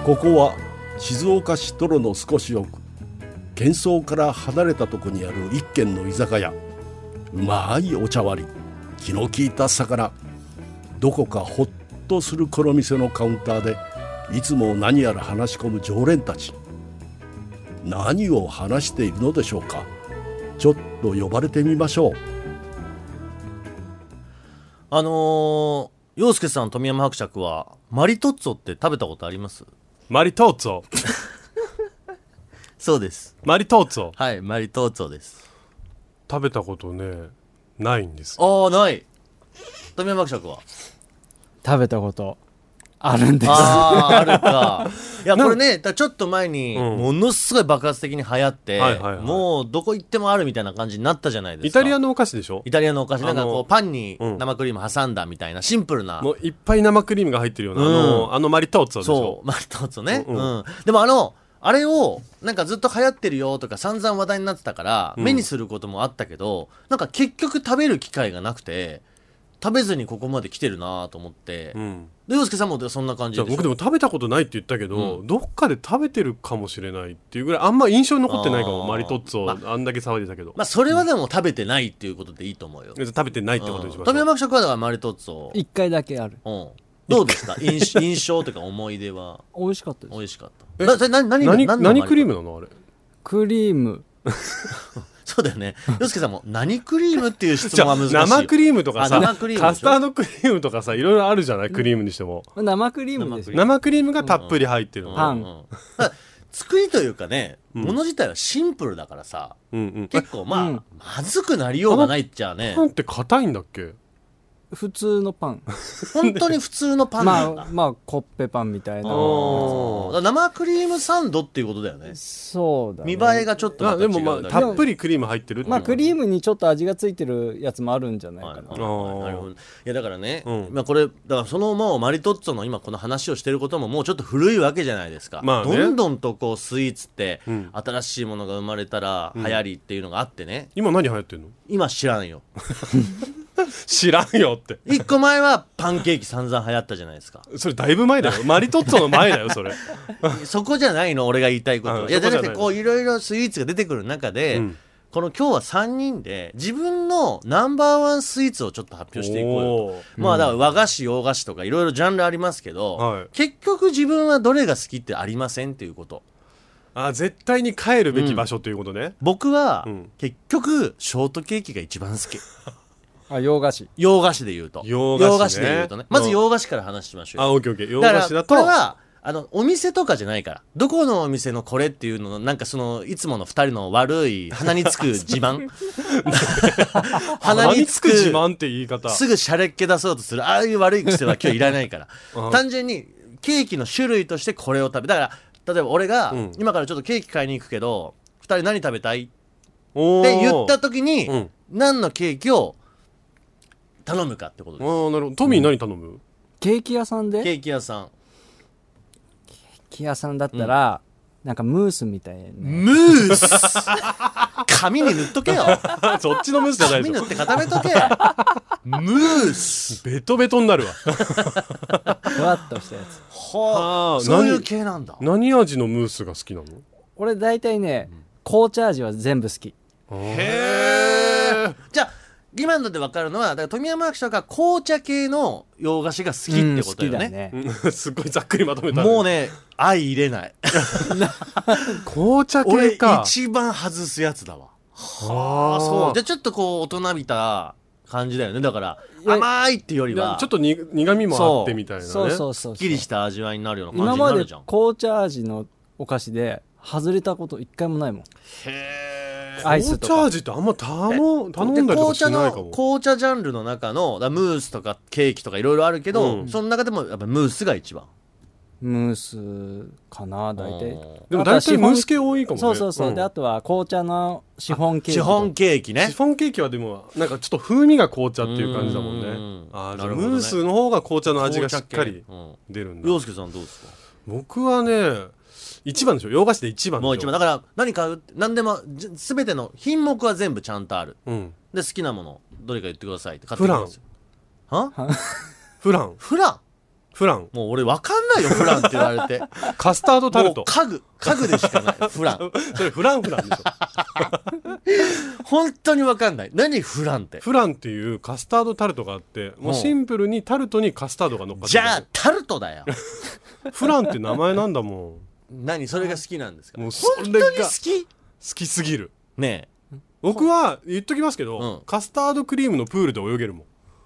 ここは静岡市泥の少し奥、喧騒から離れたとこにある一軒の居酒屋。うまいお茶割り、気の利いた魚、どこかほっとするこの店のカウンターでいつも何やら話し込む常連たち。何を話しているのでしょうか。ちょっと呼ばれてみましょう。 陽介さん、富山伯爵はマリトッツォって食べたことあります？ マリトーツォそうです。 マリトーツォ、 はい、マリトッツォです。 食べたことねないんです。 ない。富山伯爵は食べたことあるんです。 あるか。いや、これね、ちょっと前にものすごい爆発的に流行って、もうどこ行ってもあるみたいな感じになったじゃないですか。 イタリアのお菓子でしょ。 イタリアのお菓子、なんかこうパンに生クリーム挟んだみたいなシンプルな、 もういっぱい生クリームが入ってるような、あのマリトーツォでしょ。 そう、マリトッツォね、でもあれをなんかずっと流行ってるよとか散々話題になってたから目にすることもあったけど、なんか結局食べる機会がなくて、食べずにここまで来てるなと思って、で陽介さんもそんな感じでしょ。 僕でも食べたことないって言ったけど、どっかで食べてるかもしれないっていうぐらいあんま印象に残ってないかも。マリトッツォ、あんだけ騒いでたけど、 それはでも食べてないっていうことでいいと思うよ。 食べてないってことにしましょう。 富山伯爵はだからマリトッツォ 1回だけある。 どうですか印象というか思い出は。 美味しかったです。 美味しかった。何クリームなのあれ。 クリームそうだよね。陽介さんも何クリームっていう質問は難しい。 生クリームとかさ、 カスタードクリームとかさ、いろいろあるじゃない。クリームにしても生クリームですよ。 生クリームがたっぷり入ってるの。 パン作りというかね、もの自体はシンプルだからさ、結構まずくなりようがないっちゃね。 パンって硬いんだっけ。 普通のパン。 本当に普通のパンなんだ。 コッペパンみたいな。 生クリームサンドっていうことだよね。 そうだね。 見栄えがちょっとまた違う。 でもたっぷりクリーム入ってる。 クリームにちょっと味がついてるやつもあるんじゃないかな。なるほど。いやだからね、これだからそのもうマリトッツォの今この話をしてることももうちょっと古いわけじゃないですか。どんどんとこうスイーツって新しいものが生まれたら流行りっていうのがあってね。 今何流行ってんの？ 今知らんよ。 知らんよって 1個前はパンケーキ散々流行ったじゃないですか。 それだいぶ前だよ。マリトッツォの前だよそれそこじゃないの俺が言いたいことは。いやじゃなくてこういろいろスイーツが出てくる中で、この今日は3人で自分のナンバーワンスイーツをちょっと発表していこうよと。だから和菓子洋菓子とかいろいろジャンルありますけど、結局自分はどれが好きってありませんっていうこと。 絶対に帰るべき場所ということね。 僕は結局ショートケーキが一番好き。 洋菓子で言うと洋菓子で言うとね、まず洋菓子から話しましょうよ。 オッケーオッケー。洋菓子だとこれはお店とかじゃないから、どこのお店のこれっていうののなんかそのいつもの2人の悪い鼻につく自慢鼻につく自慢って言い方、 すぐシャレっ気出そうとするああいう悪い癖は今日いらないから単純にケーキの種類としてこれを食べ、だから例えば俺が、今からちょっとケーキ買いに行くけど2人何食べたいって言った時に、何のケーキを頼むかってことです。 なるほど。トミー何頼む？ ケーキ屋さんで？ ケーキ屋さんだったら、なんかムースみたいな。 ムース紙に塗っとけよそっちのムースじゃないぞ。 紙塗って固めとけムースベトベトになるわふわっとしたやつ。 そういう系なんだ。 何味のムースが好きなの？ 俺大体ね、紅茶味は全部好き。 へえ。じゃあ今ので分かるのは、だから富山伯爵が紅茶系の洋菓子が好きってことよね。 すごいざっくりまとめた。 もうね相入れない紅茶系か。 俺一番外すやつだわ。そう。じゃあちょっとこう大人びた感じだよね。だから甘いっていうよりはちょっと苦味もあってみたいなね。 そうすっきりした味わいになるような感じになるじゃん。 今まで紅茶味のお菓子で外れたこと一回もないもん。アイスとか紅茶味ってあんま頼んだりとかしないかも。 紅茶ジャンルの中のムースとかケーキとかいろいろあるけど、その中でもやっぱムースが一番。 ムースかな大体。 でも大体ムース系多いかもね。 そう、であとは紅茶のシフォンケーキ。 シフォンケーキね。 シフォンケーキはでもなんかちょっと風味が紅茶っていう感じだもんね。ムースの方が紅茶の味がしっかり出るんだ。 陽介さんどうですか？ 僕はね一番でしょ。洋菓子で一番。 もう一番だから何買う何でも全ての品目は全部ちゃんとある。で好きなものどれか言ってくださいって買ってきますよ。は？フランフラン。 もう俺わかんないよ、フランって言われて。 カスタードタルト。 もう家具でしかない、フラン。 それフランでしょ。 本当にわかんない。何フランって。 フランっていうカスタードタルトがあって、もうシンプルにタルトにカスタードが乗っかってる。 じゃあ、タルトだよ。 フランって名前なんだも何それが好きなんですか？ もう本当に好き？ 好きすぎる。 ねえ。 僕は言っときますけど、カスタードクリームのプールで泳げるもん。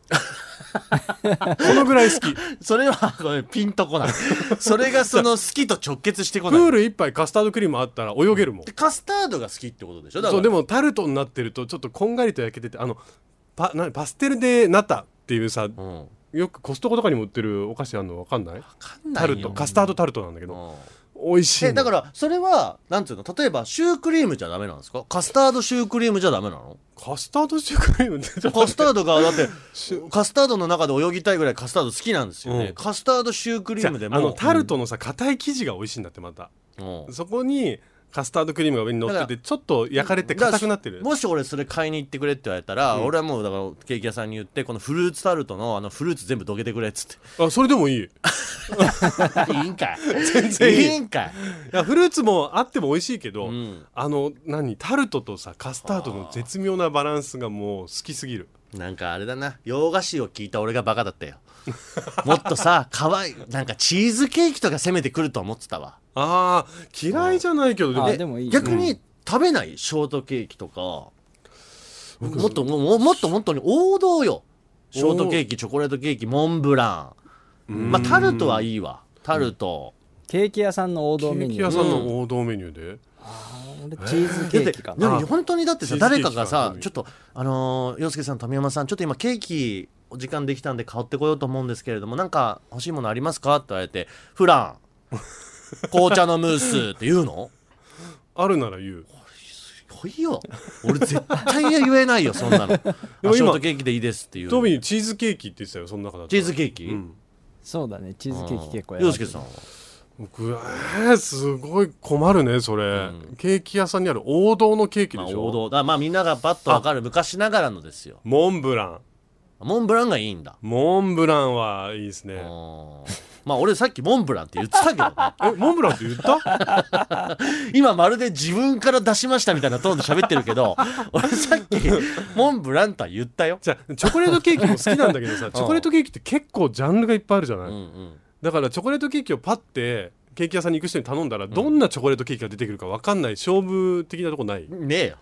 そのぐらい好き。 それはごめんピンとこない。それがその好きと直結してこない。 プール一杯カスタードクリームあったら泳げるもん。 でカスタードが好きってことでしょ？だからそうでもタルトになってるとちょっとこんがりと焼けててパステルでナタっていうさ、よくコストコとかにも売ってるお菓子あるの分かんない？ 分かんないよ。 タルトカスタードタルトなんだけど、美味しいの。 だからそれはなんていうの、例えばシュークリームじゃダメなんですか？カスタードシュークリームじゃダメなの？ カスタードシュークリームってカスタードがだってカスタードの中で泳ぎたいぐらいカスタード好きなんですよね、カスタードシュークリームでもタルトのさ硬い生地が美味しいんだってまた、そこにカスタードクリームが上に乗っててちょっと焼かれて硬くなってる。 もし俺それ買いに行ってくれって言われたら、俺はもうだからケーキ屋さんに言ってこのフルーツタルトのフルーツ全部どけてくれっつって。 それでもいい。 いいんかい。 全然いい。 いいんかい。 いやフルーツもあっても美味しいけど、タルトとさカスタードの絶妙なバランスがもう好きすぎる。 なんかあれだな、洋菓子を聞いた俺がバカだったよ。もっとさ可愛いなんかチーズケーキとか攻めてくると思ってたわ。 嫌いじゃないけどでもいい。 逆に食べないショートケーキとか、もっと本当に王道よ。ショートケーキ、チョコレートケーキ、モンブラン。タルトはいいわ。タルト。 ケーキ屋さんの王道メニュー。 ケーキ屋さんの王道メニューで。 俺チーズケーキかな。 本当にだってさ、誰かがさ、ちょっと洋介さん、富山さん、ちょっと今ケーキお時間できたんで買ってこようと思うんですけれども、なんか欲しいものありますかって言われて、フラン紅茶のムースって言うの？ あるなら言う。 すごいよ。俺絶対言えないよそんなの。ショートケーキでいいですっていう。 トミーチーズケーキって言ってたよその中だと。 チーズケーキ？ そうだね、チーズケーキ結構洋介さんは？ 僕すごい困るねそれ、ケーキ屋さんにある王道のケーキでしょ。 王道だ。みんながパッと分かる昔ながらのですよ。 モンブラン。 モンブランがいいんだ。 モンブランはいいですね。 俺さっきモンブランって言ってたけどね。 モンブランって言った？ 今まるで自分から出しましたみたいなトーンで喋ってるけど、俺さっきモンブランとは言ったよ。 じゃあチョコレートケーキも好きなんだけどさ、チョコレートケーキって結構ジャンルがいっぱいあるじゃない、だからチョコレートケーキをパッてケーキ屋さんに行く人に頼んだら、どんなチョコレートケーキが出てくるか分かんない勝負的なとこない？ ねえよ。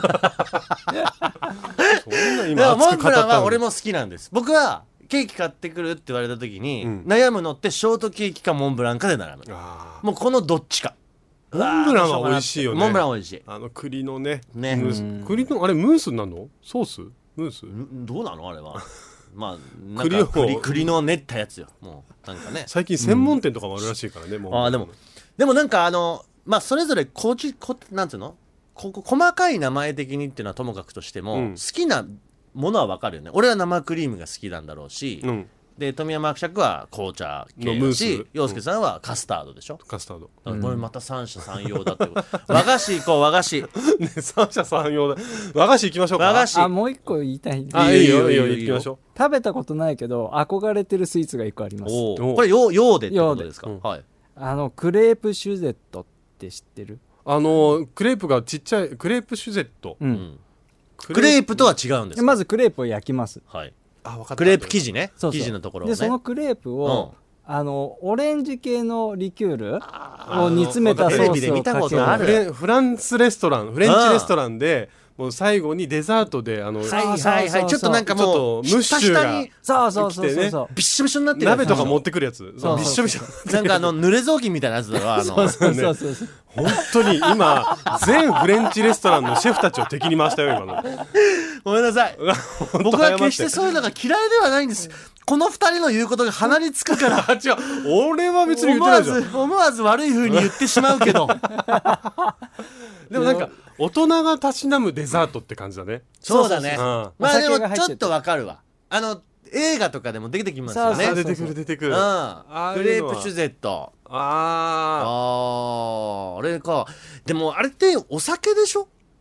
そんな今熱く語ったのに。 でもモンブランは俺も好きなんです。僕はケーキ買ってくるって言われた時に、悩むのってショートケーキかモンブランかで悩む。もうこのどっちか。 モンブランは美味しいよね。 モンブラン美味しい。 栗のねムね。 ース、栗のあれムースなの？ソース？ムース？ どうなのあれは。なんか栗の練ったやつよ。もうなんかね。 最近専門店とかもあるらしいからね。 でもなんかそれぞれなんていうの？細かい名前的にっていうのはともかくとしても、好きなものは分かるよね。俺は生クリームが好きなんだろうし、で富山伯爵は紅茶系だし、洋介さんはカスタードでしょ。 カスタード。 これまた三者三様だってこと。和菓子行こう和菓子。 ね、三者三様だ。和菓子行きましょうか。 和菓子。 もう一個言いたい。 いいよ行きましょう。 食べたことないけど憧れてるスイーツが一個あります。 これ洋でってことですか？はい。 クレープシュゼットって知ってる？ クレープがちっちゃいクレープシュゼット。 クレープとは違うんですか？ まずクレープを焼きます。 はい。クレープ生地ね。生地のところをね。 でそのクレープをオレンジ系のリキュールを煮詰めたソースをかける。 フランチレストランでもう最後にデザートではいちょっとなんかもうムッシュがそうびっしょびしょになってる鍋とか持ってくるやつ。びっしょびしょなんか濡れ雑巾みたいなやつだわ。 そう本当に今全フレンチレストランのシェフたちを敵に回したよ今の。 ごめんなさい。僕は決してそういうのが嫌いではないんです。この二人の言うことが鼻につくから。 違う、俺は別に言ってないじゃん。 思わず悪い風に言ってしまうけど。 でもなんか大人がたしなむデザートって感じだね。 そうだね。でもちょっとわかるわ。映画とかでも出てきますよね。 出てくる。クレープシュゼット。あれか。でもあれってお酒でしょ？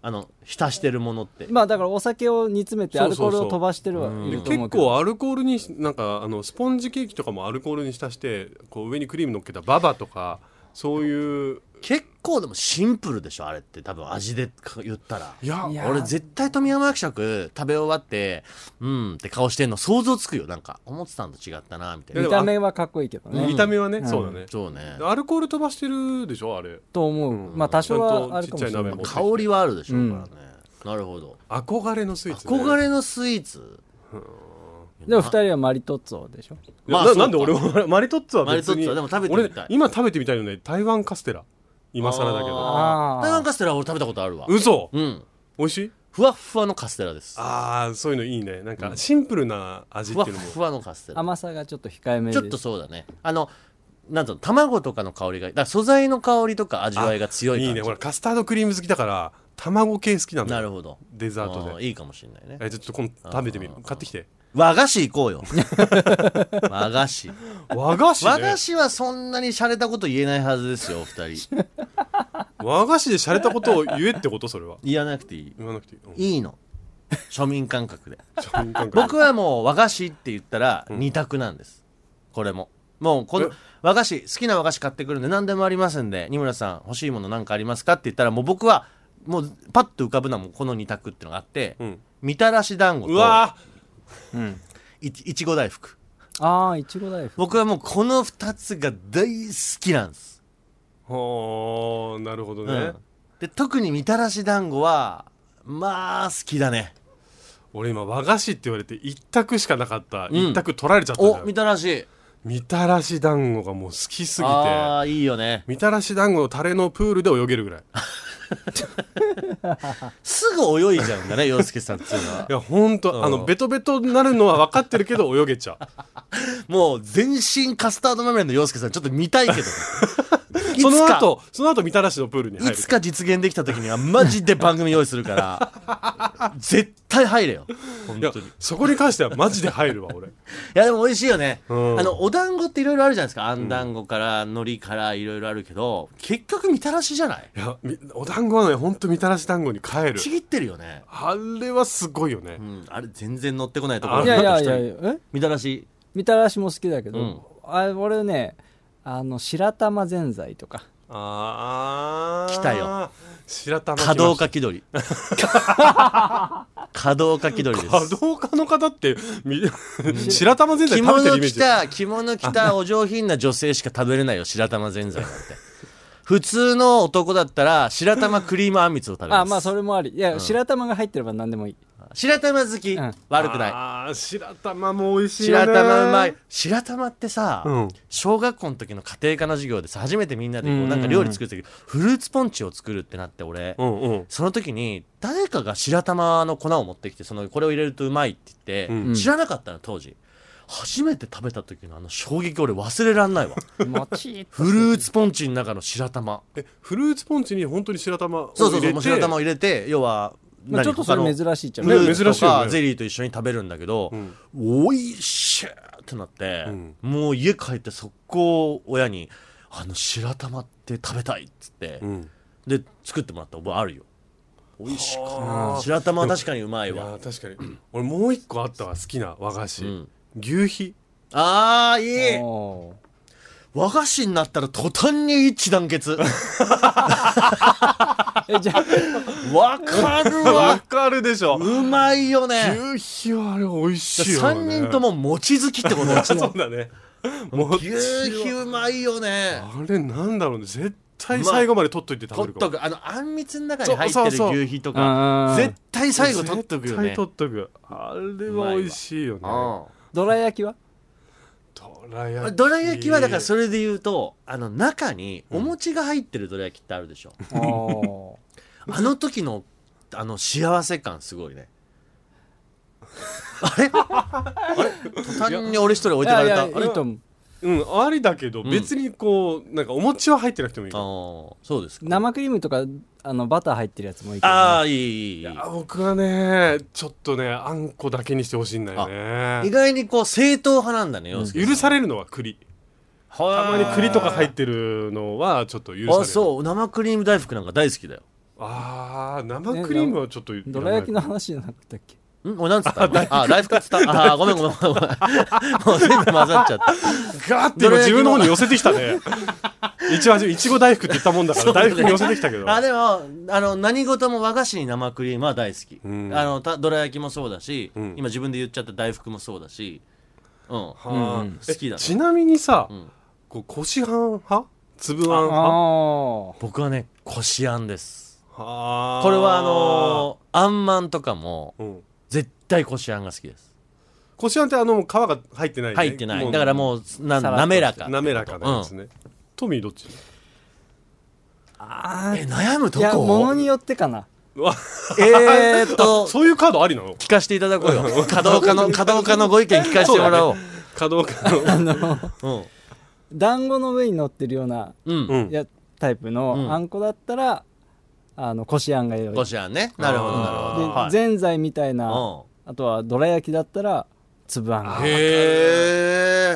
浸してるものって。 まあだからお酒を煮詰めてアルコールを飛ばしてるはいると思うけど、 結構アルコールになんかスポンジケーキとかもアルコールに浸してこう上にクリーム乗っけたババとかそういう結構でもシンプルでしょあれって多分味で言ったら。 いや俺絶対富山伯爵食べ終わってって顔してんの想像つくよ。なんか思ってたんと違ったなみたいな。 見た目はかっこいいけどね。 見た目はね、そうだね。 そうね。 アルコール飛ばしてるでしょあれ。 と思う。まあ多少はあるかもしれない。 香りはあるでしょうからね。なるほど。 憧れのスイーツ。 憧れのスイーツ。 でも2人はマリトッツォでしょ。 なんで俺もマリトッツォは別に。 マリトッツォはでも食べてみたい。 今食べてみたいのね台湾カステラ。今更だけど。 台湾カステラ俺食べたことあるわ。 嘘。美味しい？ ふわふわのカステラです。 そういうのいいね。なんかシンプルな味っていうのも。 ふわふわのカステラ。 甘さがちょっと控えめで。 ちょっとそうだね。なんと卵とかの香りが、だから素材の香りとか味わいが強い感じ。 いいね。ほらカスタードクリーム好きだから卵系好きなんだ。 なるほど。 デザートで。 いいかもしれないね。 ちょっと今度食べてみる。買ってきて。 和菓子行こうよ。和菓子。 和菓子ね。 和菓子はそんなに洒落たこと言えないはずですよお二人。 和菓子で洒落たことを言えってことそれは。 言わなくていい。 言わなくていい。 いいの。庶民感覚で。僕はもう和菓子って言ったら二択なんです。これも。もうこの和菓子好きな和菓子買ってくるんで何でもありますんで、二村さん欲しいもの何かありますかって言ったらもう僕はもうパッと浮かぶのはもうこの二択っていうのがあって、みたらし団子といちご大福。 いちご大福。 僕はもうこの2つが大好きなんです。 なるほどね。 で特にみたらし団子はまあ好きだね。 俺今和菓子って言われて一択しかなかった。一択取られちゃったじゃん。 みたらし団子がもう好きすぎて。 いいよね。 みたらし団子のタレのプールで泳げるぐらい。 すぐ泳いじゃうんだね洋介さんっていうのは。 いや本当ベトベトになるのは分かってるけど泳げちゃう。もう全身カスタードまみれの洋介さんちょっと見たいけどその後みたらしのプールに入る。 いつか実現できた時にはマジで番組用意するから絶対入れよ本当に。 そこに関してはマジで入るわ俺。 いやでも美味しいよね。お団子っていろいろあるじゃないですか。あん団子から海苔からいろいろあるけど結局みたらしじゃない。 いやお団子はね本当みたらし団子に帰る。 ちぎってるよね。 あれはすごいよね。 あれ全然乗ってこないところ。 いやみたらしも好きだけど、俺ね白玉ぜんざいとか。 来たよ。 白玉華道家気取り。華道家気取りです。 華道家の方って白玉ぜんざい食べてるイメージ。 着物着たお上品な女性しか食べれないよ白玉ぜんざいなんて。普通の男だったら白玉クリームあんみつを食べます。 まあそれもあり。いや、白玉が入ってれば何でもいい。 白玉好き、悪くない。 白玉も美味しいよね。 白玉うまい。白玉ってさ、小学校の時の家庭科の授業でさ初めてみんなでこうなんか料理作る時フルーツポンチを作るってなって俺、その時に誰かが白玉の粉を持ってきてこれを入れるとうまいって言って、知らなかったの当時。初めて食べた時の衝撃俺忘れらんないわ。フルーツポンチの中の白玉。 フルーツポンチに本当に白玉を入れて。そう白玉を入れて要はちょっとそれ珍しいっちゃフルーツとかゼリーと一緒に食べるんだけど、おいしいってなって、もう家帰って速攻親に白玉って食べたいっつって、で作ってもらった覚えあるよ。おいしかった。白玉は確かにうまいわ。 いや確かに俺もう一個あったわ好きな和菓子、牛皮。 いい和菓子になったら途端に一致団結。 じゃわかるわかるでしょ。 うまいよね。 牛皮はあれ美味しいよね。 3人とも餅好きってことだ。 そうだね。 牛皮うまいよね。 あれなんだろうね。絶対最後まで取っといて食べるかも。 あんみつの中に入ってる牛皮とか絶対最後取っとくよね。 絶対取っとく。あれは美味しいよね。 どら焼きはどら焼きはだからそれで言うと中にお餅が入ってるどら焼きってあるでしょ。あの時の幸せ感すごいね。あれ途端に俺一人置いてかれた。 いいと思う。 ありだけど別にこうなんかお餅は入ってなくてもいい。 そうですか。 生クリームとかバター入ってるやつもいいけど、 いい。 僕はねちょっとねあんこだけにしてほしいんだよね。 意外にこう正統派なんだね。 許されるのは栗。たまに栗とか入ってるのはちょっと許される。 そう生クリーム大福なんか大好きだよ。 生クリームはちょっとどら焼きの話じゃなかったっけ？ 俺なんつった大福っつったごめんもう全部混ざっちゃったガーって今自分の方に寄せてきたねいちご大福って言ったもんだから大福に寄せてきたけどでも何事も和菓子に生クリームは大好き、どら焼きもそうだし、今自分で言っちゃった大福もそうだし、好きだ、 ちなみにさ、こしあん派粒あん派？ 僕はねこしあんです。これはあんまんとかも、絶対こしあんが好きです。 こしあんって皮が入ってないね。 入ってない。だからもう滑らか。 滑らかなやつね。トミーどっち？ 悩むとこ？ いや、ものによってかな。 そういうカードありなの？ 聞かせていただこうよ。華道家のご意見聞かせてもらおう。 華道家の団子の上に乗ってるようなタイプのあんこだったらこしあんが良い。 こしあんね。なるほどなるほど。 ぜんざいみたいな、あとはどら焼きだったら粒あんが。 へえ。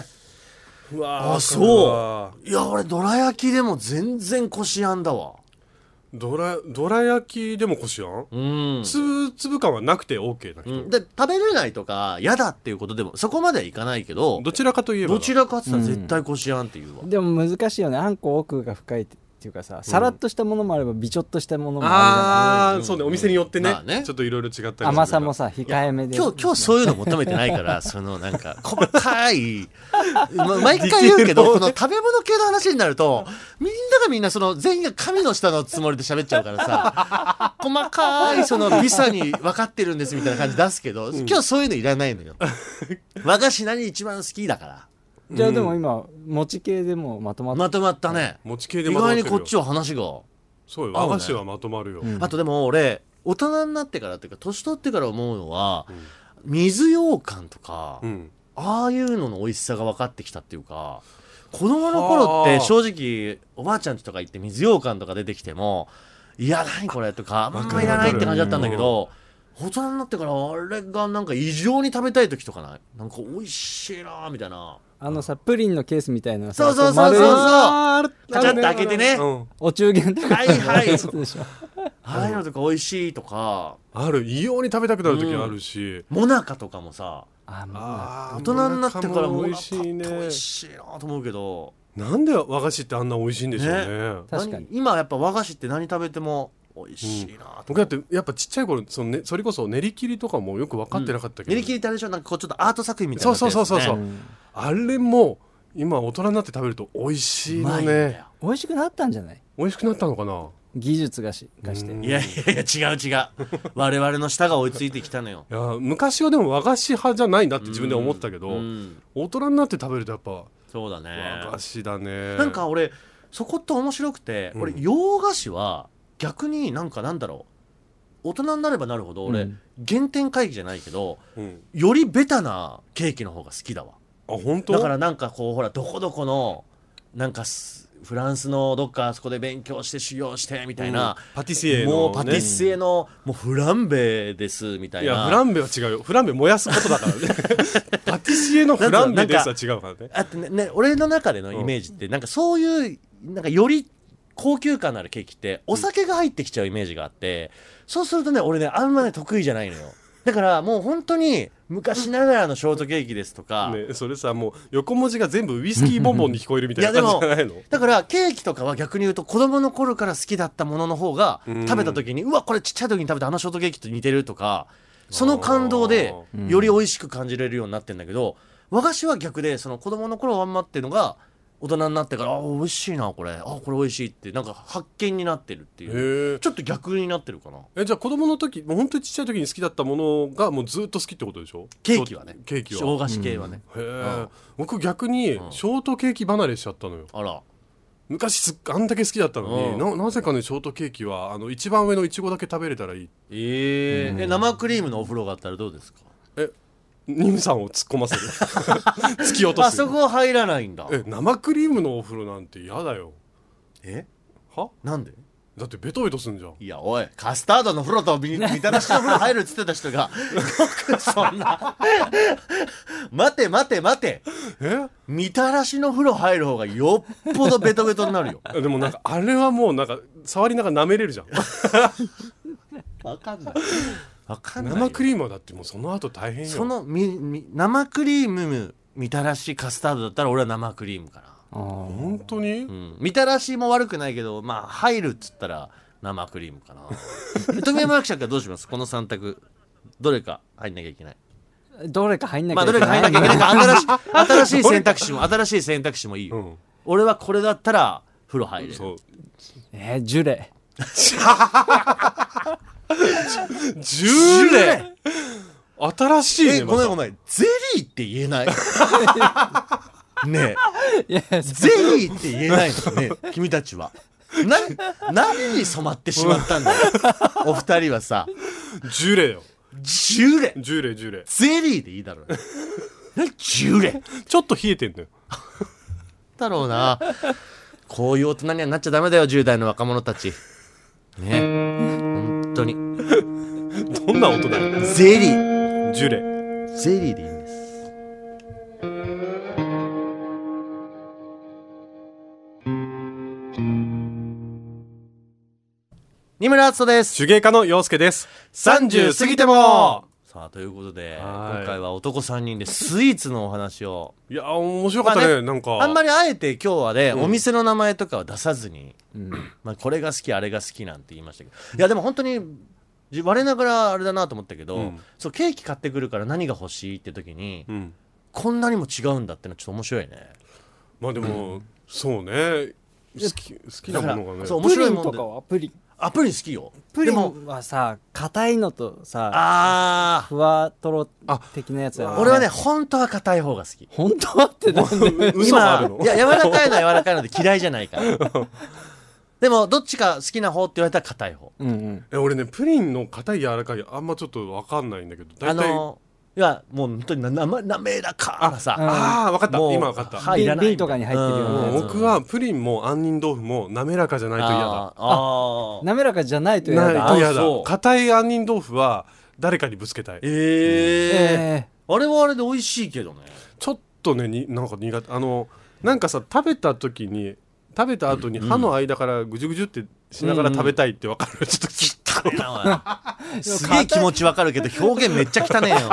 そう。いや俺どら焼きでも全然こしあんだわ。 どら焼きでもこしあん？粒感はなくて OK な人、 で食べれないとか嫌だっていうことでもそこまではいかないけど、 どちらかといえばどちらかって言ったら絶対こしあんっていうわ。 でも難しいよね。あんこ奥が深いっていうかさ、さらっとしたものもあればビチョッとしたものもあるじゃない。 そうね、お店によってね、ちょっといろいろ違ったりする。 甘さもさ控えめで。 今日そういうの求めてないからなんか細かい毎回言うけどこの食べ物系の話になるとみんながみんな全員が神の舌のつもりで喋っちゃうからさ細かい微差に分かってるんですみたいな感じ出すけど、今日そういうのいらないのよ。和菓子何一番好きだから。 じゃあでも今餅系でもまとまったね。 餅系でまとまってるよ。 意外にこっちは話がそうよ、和菓子はまとまるよ。 あとでも俺大人になってからっていうか年取ってから思うのは、水羊羹とか、ああいうのの美味しさが分かってきたっていうか、子供の頃って正直おばあちゃんちとか行って水羊羹とか出てきてもいや何これとかあんまいらないって感じだったんだけど、大人になってからあれがなんか異常に食べたい時とかない？なんか美味しいなみたいな。 プリンのケースみたいなそうカチャッと開けてね、 お中元とかはいああいうのとか美味しいとかある。異様に食べたくなる時あるし、 モナカとかもさ、大人になってからモナカって美味しいなと思うけど、 なんで和菓子ってあんな美味しいんでしょうね。 確かに今やっぱ和菓子って何食べても美味しいな。 僕だってやっぱちっちゃい頃それこそ練り切りとかもよく分かってなかったけど、 練り切りってあれでしょ、なんかちょっとアート作品みたいな、 そうあれも今大人になって食べると美味しいのね。 美味しくなったんじゃない？ 美味しくなったのかな、 技術がして。 いや違う我々の舌が追いついてきたのよ。 いや昔はでも和菓子派じゃないなって自分で思ったけど、大人になって食べるとやっぱそうだね、 和菓子だね。 なんか俺そこって面白くて、俺洋菓子は逆になんだろう、大人になればなるほど俺、原点回帰じゃないけど、よりベタなケーキの方が好きだわ。 本当？ だからなんかこうほらどこどこのなんかフランスのどっかあそこで勉強して修行してみたいな、 パティシエの、 もうパティシエのもうフランベですみたいな。 いやフランベは違うよ。フランベ燃やすことだからねパティシエのフランベですは違うからね。 あとね俺の中でのイメージってなんかそういうなんかより高級感のあるケーキってお酒が入ってきちゃうイメージがあって、そうするとね俺ねあんまね得意じゃないのよ。だからもう本当に昔ながらのショートケーキですとか、 それさもう横文字が全部ウイスキーボンボンに聞こえるみたいな感じじゃないの？ だからケーキとかは逆に言うと子供の頃から好きだったものの方が食べた時にうわこれちっちゃい時に食べたショートケーキと似てるとか、その感動でより美味しく感じれるようになってんだけど、和菓子は逆で子供の頃あんまっていうのが大人になってから美味しいなこれこれ美味しいってなんか発見になってるっていう、ちょっと逆になってるかな。 じゃあ子供の時もう本当にちっちゃい時に好きだったものがもうずっと好きってことでしょ？ ケーキはね。 ケーキは洋菓子系はね。 僕逆にショートケーキ離れしちゃったのよ。 あら昔あんだけ好きだったのに、なぜかねショートケーキは一番上のいちごだけ食べれたらいい。 生クリームのお風呂があったらどうですか？ ニムさんを突っ込ませる突き落とす。 あそこは入らないんだ。 生クリームのお風呂なんて嫌だよ。 なんで？ だってベトベトすんじゃん。 いやおい、カスタードの風呂とみたらしの風呂入るっつってた人がよくそんな待てみたらしの風呂入る方がよっぽどベトベトになるよ。 でもなんかあれはもうなんか触りながら舐めれるじゃん。 わかんない生クリームはだってもうその後大変よ。 その生クリームみたらしカスタードだったら俺は生クリームかな。 本当に、 うん、みたらしも悪くないけど、まあ入るっつったら生クリームかな。富山伯爵はどうします？この3択どれか入んなきゃいけない。 どれか入んなきまあゃいけない、 どれか入んなきゃいけないか新しい選択肢もいいよ、 うん、 俺はこれだったら風呂入れる。 そうジュレジュレ新しいね。 ごめんゼリーって言えないねえいやゼリーって言えないのね君たちは。何に染まってしまったんだよお二人はさ。 ジュレよ。 ジュレジュレゼリーでいいだろうね。ジュレちょっと冷えてんのよだろうな。こういう大人にはなっちゃダメだよ10代の若者たちね。本当にどんな音だよ。 ゼリージュレゼリーでいいんです。二村敦人です。 手芸家の陽介です。 30過ぎてもさあということではい今回は男3人でスイーツのお話を。 いや面白かったね、 まあねなんかあんまりあえて今日はね、 うんお店の名前とかは出さずに、まあ、これが好きあれが好きなんて言いましたけど、いやでも本当に我ながらあれだなと思ったけど、そうケーキ買ってくるから何が欲しいって時に、こんなにも違うんだってのはちょっと面白いね。 まあでも、そうね好きなものがね。 そう面プリン白いもんで。 とかはプリンプリン好きよ。 プリでもンはさ硬いのとさふわとろ的なやつだよね。 俺はね本当は硬い方が好き。 本当はってなんで嘘があるの。 いや柔らかいのは柔らかいので嫌いじゃないからでもどっちか好きな方って言われたら硬い方。 俺ねプリンの硬い柔らかいあんまちょっと分かんないんだけど、大体いやもう本当に滑らかなさ。 分かった、 もう今分かった。 入らない瓶とかに入ってるようなやつ。 僕はプリンも杏仁豆腐も滑らかじゃないと嫌だ。 滑らかじゃないと嫌ないだ。 と嫌だそう。 硬い杏仁豆腐は誰かにぶつけたい。 あれはあれで美味しいけどね。 ちょっとねなんか苦手。なんかさ食べた後に歯の間からぐじゅぐじゅってしながら食べたいって分かる。ちょっときっとすげえ気持ちわかるけど表現めっちゃ汚ねえよ。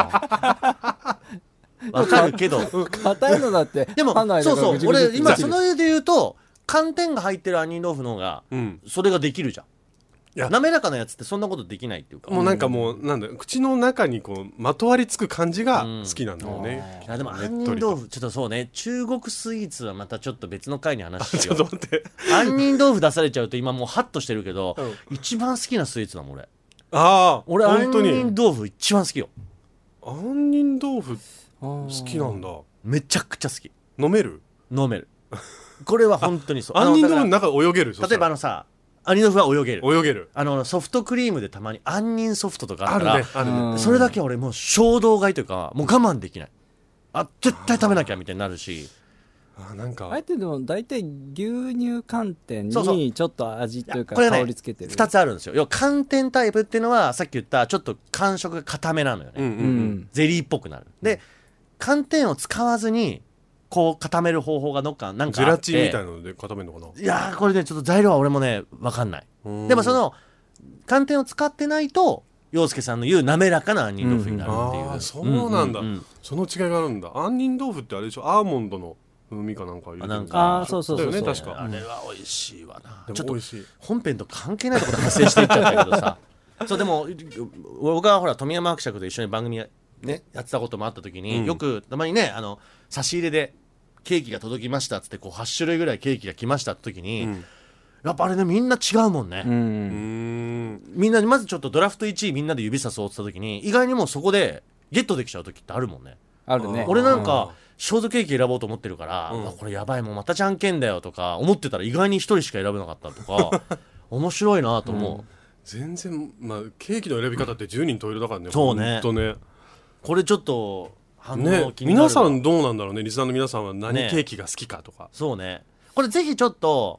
わかるけど硬いのだってでも歯の間そうがぐじゅぐじゅって俺今その上で言うと寒天が入ってる杏仁豆腐の方がそれができるじゃん。 いや滑らかなやつってそんなことできないっていうか。 もうなんかもうなんだ口の中にこうまとわりつく感じが好きなんだよね。 いやでも杏仁豆腐ちょっとそうね、中国スイーツはまたちょっと別の回に話しちよう。 ょっと待って杏仁豆腐出されちゃうと今もうハッとしてるけど、一番好きなスイーツだもん俺。 俺杏本当に仁豆腐一番好きよ。 杏仁豆腐好きなんだ。 めちゃくちゃ好き。 飲める飲めるこれは本当にそう。 杏仁豆腐の中泳げる。 例えばさ杏仁豆腐は泳げる。 泳げる。 ソフトクリームでたまに杏仁ソフトとかあるから、 あるね。 それだけは俺もう衝動買いというかもう我慢できない。絶対食べなきゃみたいになるし。 なんかあえてでも大体牛乳寒天そうそうにちょっと味というかこれね香りつけてる。 2つあるんですよ。要は寒天タイプっていうのはさっき言ったちょっと感触が固めなのよね、ゼリーっぽくなる。で寒天を使わずにこう固める方法がなんかあって、 ゼラチンみたいなので固めるのかな。 いやーこれねちょっと材料は俺もね分かんない。でもその寒天を使ってないと陽介さんの言う滑らかな杏仁豆腐になるっていう、 そうなんだ、その違いがあるんだ。杏仁豆腐ってあれでしょ、アーモンドの風味かなんか入れてる。 なんかそうだよね確か。 あれは美味しいわな。 でも美味しい。 本編と関係ないところで発生していっちゃったけどさそうでも僕はほら富山伯爵と一緒に番組ねやってたこともあった時に、よくたまにね差し入れでケーキが届きましたっつってこう8種類ぐらいケーキが来ましたって時に、やっぱあれねみんな違うもんね、みんなまずちょっとドラフト1位みんなで指さそうって言った時に意外にもうそこでゲットできちゃう時ってあるもんね。 あるね。 俺なんかショートケーキ選ぼうと思ってるから、これやばいもうまたじゃんけんだよとか思ってたら意外に1人しか選べなかったとか面白いなと思う、 全然ケーキの選び方って10人十色だからね。 そうね。 ほんとね。 これちょっと反応ね、 気になるわ。 皆さんどうなんだろうね。リスナーの皆さんは何ケーキが好きかとか。 そうね。これぜひちょっと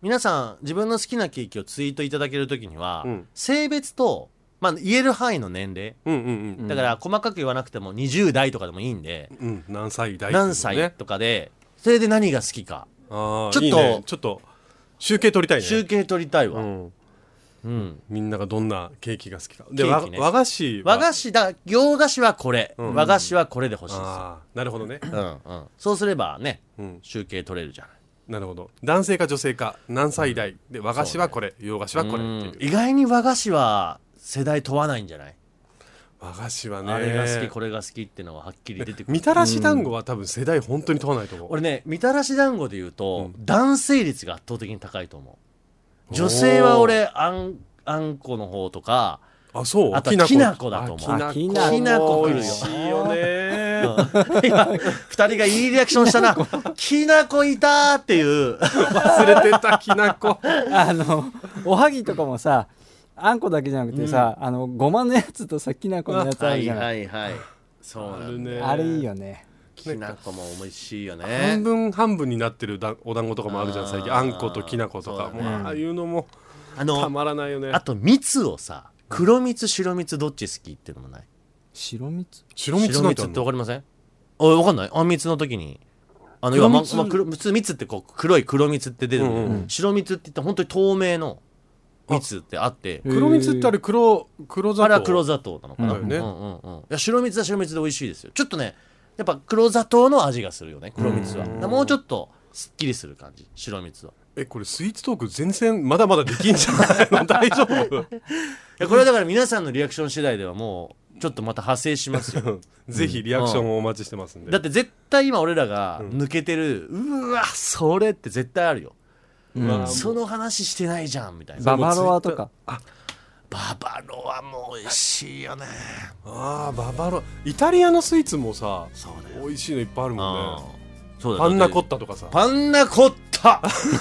皆さん自分の好きなケーキをツイートいただけるときには、 うん、 性別と、まあ、言える範囲の年齢、 うんうんうん、 だから細かく言わなくても20代とかでもいいんで、 うん、何歳代、 何歳とかでそれで何が好きかちょっといいね、ちょっと集計取りたいね。 集計取りたいわ、 うんうん、みんながどんなケーキが好きかで、 ね、和菓子だ洋菓子はこれ、うん、和菓子はこれで欲しいですよ。 なるほどね、 うんうん、そうすればね、うん、集計取れるじゃない。 なるほど。男性か女性か何歳代で和菓子はこれ、洋菓子はこれっていう。 意外に和菓子は世代問わないんじゃない？ 和菓子はね、 あれが好きこれが好きっていうのははっきり出てくる。 みたらし団子は多分世代本当に問わないと思う。 俺ね、みたらし団子で言うと、男性率が圧倒的に高いと思う。女性は俺あんこの方とか、 あ、そう、 あときなこだと思う。 きなこ美味しいよね。 今二人がいいリアクションしたな。きなこいたーっていう。 忘れてた、きなこ。 おはぎとかもさ、あんこだけじゃなくてさ、ごまのやつとさ、きなこのやつあるじゃない。 はいはいはい。そうなんね。 あれいいよね。 きなこも美味しいよね。 半分半分になってるお団子とかもあるじゃん最近。あんこときなことか、もうああいうのもたまらないよね。 あと蜜をさ、黒蜜白蜜どっち好きっていうのもない？ 白蜜なんて分かりません？分かんない？あん蜜の時に要は普通蜜ってこう黒い黒蜜って出るのに、白蜜って言ったら本当に透明の蜜ってあって、 黒蜜ってあれ黒砂糖、 あれは黒砂糖なのかな、 ね、 いや白蜜は白蜜で美味しいですよ。ちょっとねやっぱ黒砂糖の味がするよね、黒蜜は。もうちょっとすっきりする感じ、白蜜は。 これスイーツトーク全然まだまだできんじゃないの？大丈夫？ いやこれだから皆さんのリアクション次第ではもうちょっとまた派生しますよ。 ぜひリアクションをお待ちしてますんで、 だって絶対今俺らが抜けてる、うわそれって絶対あるよ、その話してないじゃんみたいな。 ババロアとか、 ババロアも美味しいよね。 ババロアイタリアのスイーツもさ、美味しいのいっぱいあるもんね。そうだ、パンナコッタとかさ、 パンナコッタ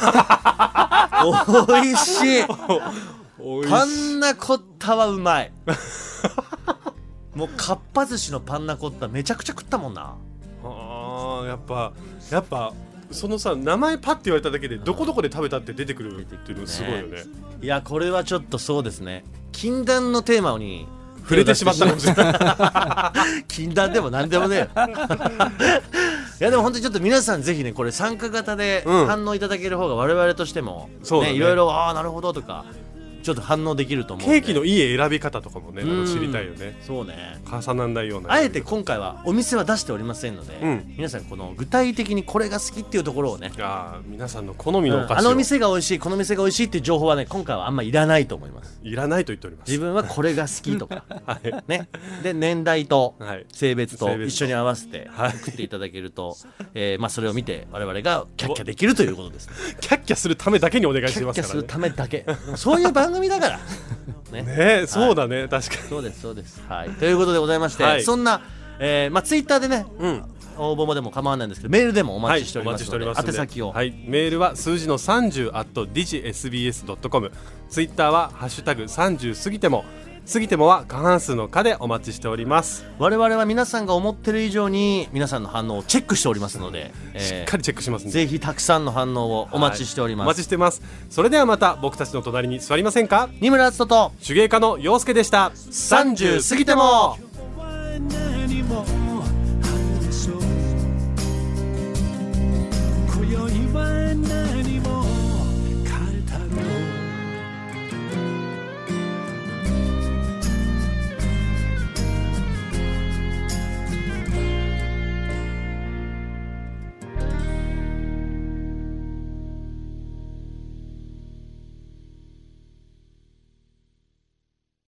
美味しい。パンナコッタはうまい。もうかっぱ寿司のパンナコッタめちゃくちゃ食ったもんな。 やっぱそのさ、名前パッて言われただけでどこどこで食べたって出てくるっていうのすごいよね。 いやこれはちょっとそうですね、禁断のテーマに触れてしまったかもしれない。 禁断でも何でもねいやでも本当にちょっと皆さんぜひねこれ参加型で反応いただける方が我々としても、いろいろなるほどとかちょっと反応できると思う。 ケーキのいい選び方とかもね、知りたいよね。 そうね、 重ならないような。 あえて今回はお店は出しておりませんので、皆さんこの具体的にこれが好きっていうところをね、 皆さんの好みのお菓子を、 あの店が美味しいこの店が美味しいっていう情報はね今回はあんまいらないと思います。 いらないと言っております。 自分はこれが好きとか、ね、で年代と性別と一緒に合わせて送っていただけると、それを見て我々がキャッキャできるということです、ね、 キャッキャするためだけにお願いしますからね。 キャッキャするためだけそういう番組だからね、そうだね、確かにそうですそうです、はい、ということでございまして、そんな、ツイッターでね、応募もでも構わないんですけどメールでもお待ちしておりますので、宛先を、 メールは数字の30 @digisbs.com、 ツイッターはハッシュタグ30過ぎても、過ぎてもは過半数の課でお待ちしております。 我々は皆さんが思ってる以上に皆さんの反応をチェックしておりますので、 しっかりチェックしますので、 ぜひたくさんの反応をお待ちしております、 お待ちしてます。それではまた僕たちの隣に座りませんか。 二村敦人と手芸家の陽介でした。 30過ぎても。